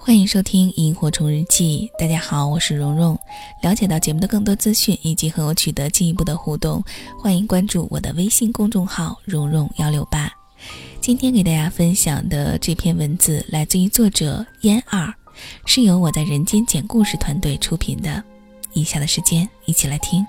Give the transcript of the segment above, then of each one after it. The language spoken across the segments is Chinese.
欢迎收听萤火虫日记，大家好，我是蓉蓉。了解到节目的更多资讯以及和我取得进一步的互动，欢迎关注我的微信公众号蓉蓉168。今天给大家分享的这篇文字来自于作者烟二，是由我在人间讲故事团队出品的。以下的时间一起来听。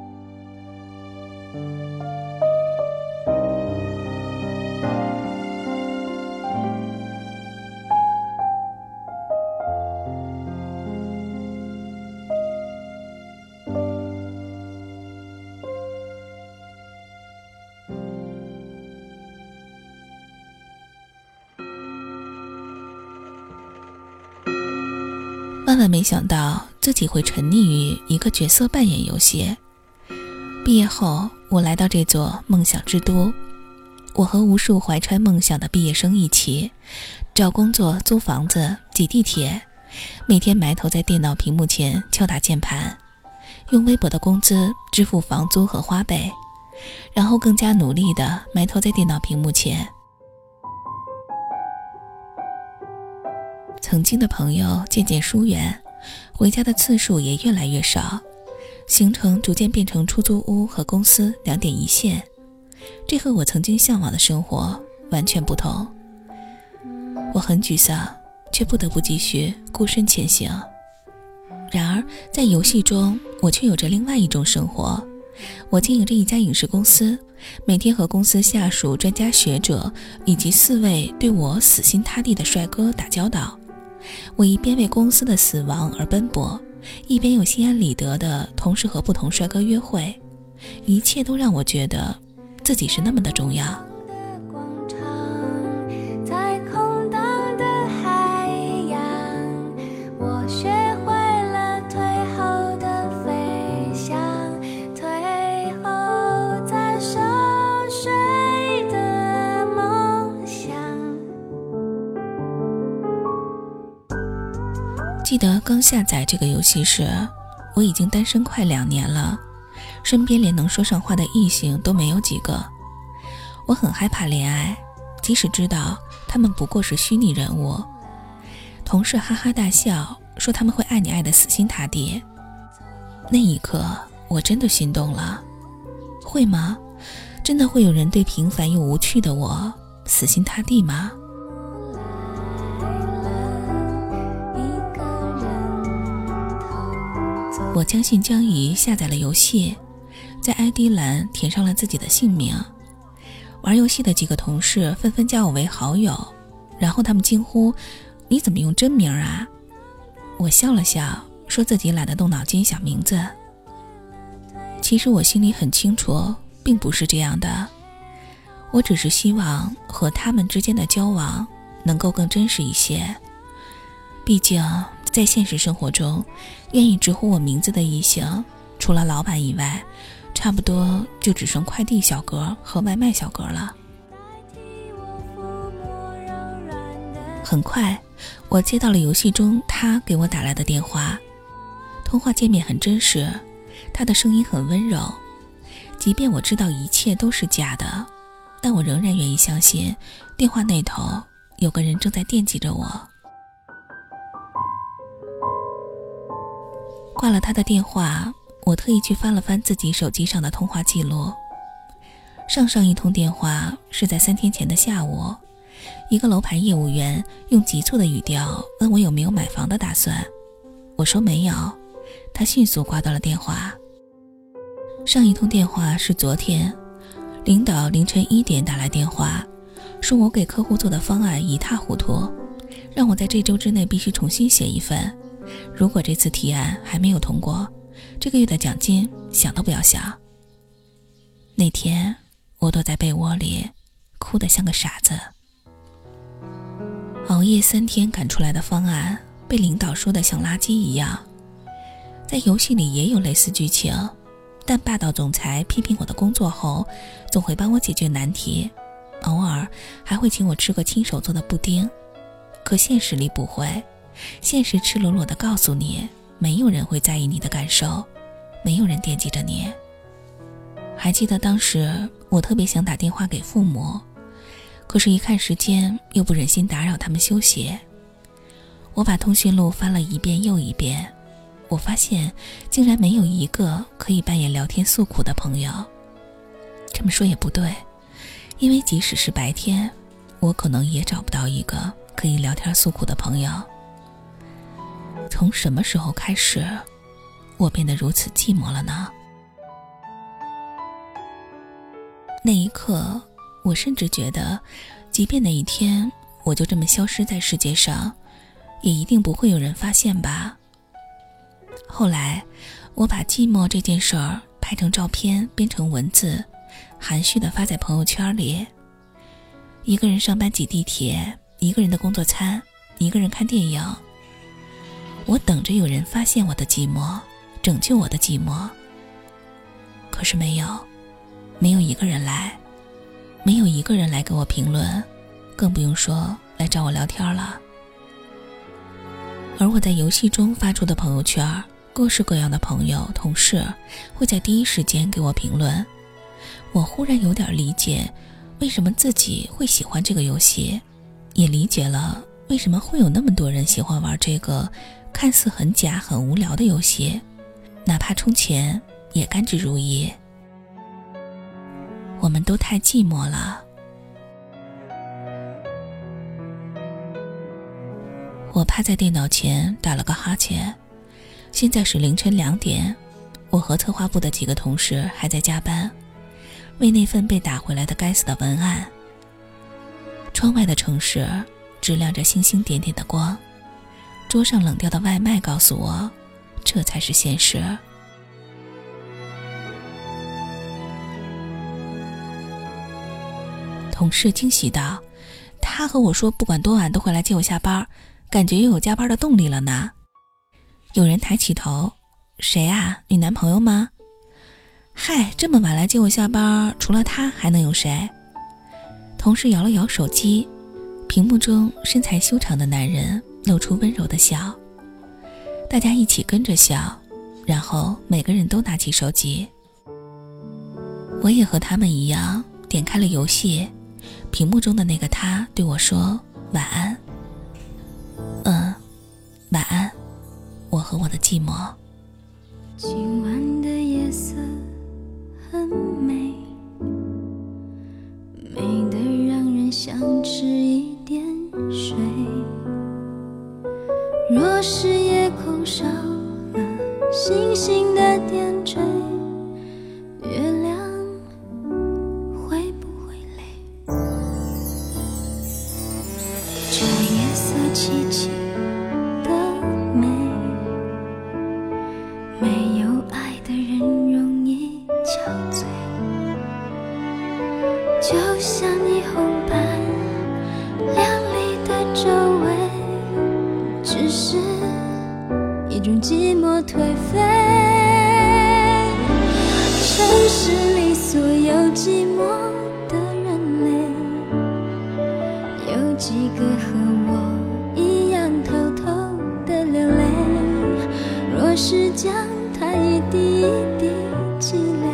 万万没想到自己会沉溺于一个角色扮演游戏。毕业后，我来到这座梦想之都，我和无数怀揣梦想的毕业生一起找工作、租房子、挤地铁，每天埋头在电脑屏幕前敲打键盘，用微薄的工资支付房租和花呗，然后更加努力地埋头在电脑屏幕前。曾经的朋友渐渐疏远，回家的次数也越来越少，行程逐渐变成出租屋和公司两点一线，这和我曾经向往的生活完全不同。我很沮丧，却不得不继续孤身前行。然而在游戏中，我却有着另外一种生活。我经营着一家影视公司，每天和公司下属、专家学者以及4位对我死心塌地的帅哥打交道。我一边为公司的死亡而奔波，一边又心安理得地同时和不同帅哥约会，一切都让我觉得自己是那么的重要。记得刚下载这个游戏时，我已经单身快2年了，身边连能说上话的异性都没有几个。我很害怕恋爱，即使知道他们不过是虚拟人物。同事哈哈大笑，说他们会爱你爱得死心塌地。那一刻，我真的心动了。会吗？真的会有人对平凡又无趣的我死心塌地吗？我将信将疑下载了游戏，在 ID 栏填上了自己的姓名。玩游戏的几个同事纷纷加我为好友，然后他们惊呼：你怎么用真名啊？我笑了笑，说自己懒得动脑筋想名字。其实我心里很清楚，并不是这样的。我只是希望和他们之间的交往能够更真实一些。毕竟在现实生活中，愿意直呼我名字的异性，除了老板以外，差不多就只剩快递小哥和外卖小哥了。很快，我接到了游戏中他给我打来的电话，通话界面很真实，他的声音很温柔。即便我知道一切都是假的，但我仍然愿意相信电话那头有个人正在惦记着我。挂了他的电话，我特意去翻了翻自己手机上的通话记录。上一通电话是在3天前的下午，一个楼盘业务员用急促的语调问我有没有买房的打算。我说没有，他迅速挂断了电话。上一通电话是昨天，领导凌晨1点打来电话，说我给客户做的方案一塌糊涂，让我在这周之内必须重新写一份。如果这次提案还没有通过，这个月的奖金想都不要想。那天我躲在被窝里，哭得像个傻子。熬夜3天赶出来的方案被领导说得像垃圾一样。在游戏里也有类似剧情，但霸道总裁批评我的工作后，总会帮我解决难题，偶尔还会请我吃个亲手做的布丁。可现实里不会，现实赤裸裸地告诉你，没有人会在意你的感受，没有人惦记着你。还记得当时我特别想打电话给父母，可是一看时间又不忍心打扰他们休息。 我把通讯录翻了一遍又一遍，我发现竟然没有一个可以半夜聊天诉苦的朋友。这么说也不对，因为即使是白天，我可能也找不到一个可以聊天诉苦的朋友。从什么时候开始，我变得如此寂寞了呢？那一刻，我甚至觉得，即便那一天我就这么消失在世界上，也一定不会有人发现吧。后来，我把寂寞这件事儿拍成照片，编成文字，含蓄地发在朋友圈里。一个人上班挤地铁，一个人的工作餐，一个人看电影。我等着有人发现我的寂寞，拯救我的寂寞。可是没有一个人来，没有一个人来给我评论，更不用说来找我聊天了。而我在游戏中发出的朋友圈，各式各样的朋友、同事会在第一时间给我评论。我忽然有点理解为什么自己会喜欢这个游戏，也理解了为什么会有那么多人喜欢玩这个看似很假很无聊的游戏，哪怕充钱也甘之如饴。我们都太寂寞了。我趴在电脑前打了个哈欠，现在是凌晨2点，我和策划部的几个同事还在加班，为那份被打回来的该死的文案。窗外的城市只亮着星星点点的光，桌上冷掉的外卖告诉我，这才是现实。同事惊喜道，他和我说不管多晚都会来接我下班，感觉又有加班的动力了呢。有人抬起头，谁啊？你男朋友吗？嗨，这么晚来接我下班，除了他还能有谁？同事摇了摇手机，屏幕中身材修长的男人露出温柔的笑。大家一起跟着笑，然后每个人都拿起手机。我也和他们一样点开了游戏，屏幕中的那个他对我说晚安。晚安，我和我的寂寞。 今晚的夜色很美，美得让人想吃一点水。若是夜空少了星星的点缀，月亮会不会累？这夜色凄凄的美，没有爱的人容易憔悴，就像霓虹般亮丽的周围，只是一种寂寞颓废。城市里所有寂寞的人类，有几个和我一样偷偷的流泪？若是将它一滴一滴积累，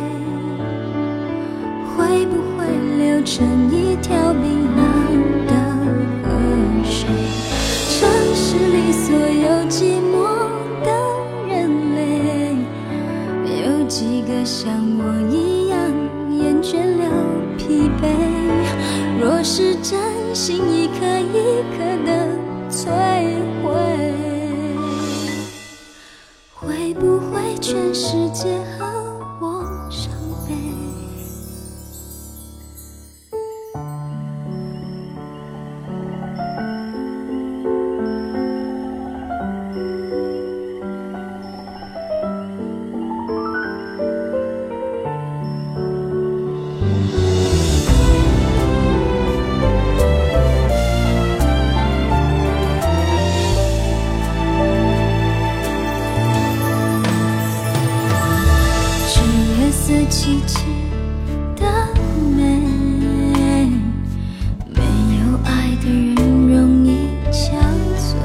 会不会流成一条冰冷的河水？城市里所有寂寞的人类，有几个像我一样厌倦了疲惫？若是真心一颗一颗的摧毁，会不会全世界和我伤悲？凄凄的美，没有爱的人容易憔悴，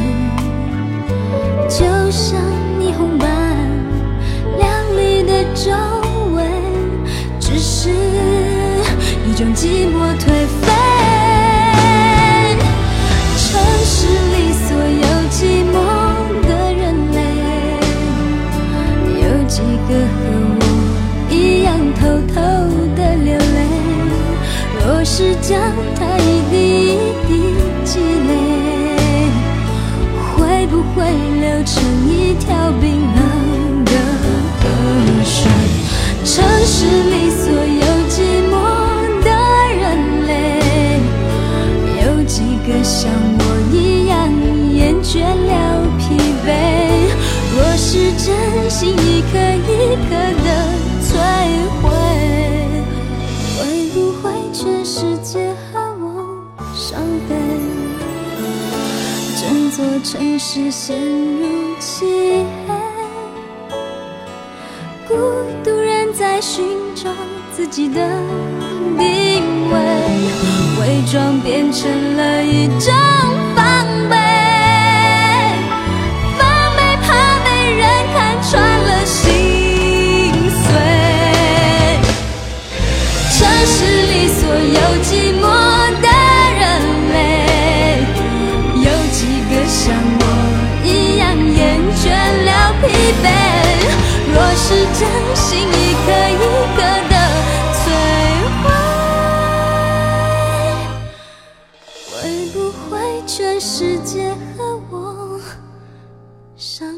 就像霓虹般亮丽的周围，只是一种寂寞颓废。城市里所有城市陷入漆黑，孤独人在寻找自己的定位，伪装变成了一种防备，防备怕被人看穿了心碎。城市里所有寂寞的人类，有几个像我一样厌倦了疲惫？若是真心一颗一颗的摧毁，会不会全世界和我伤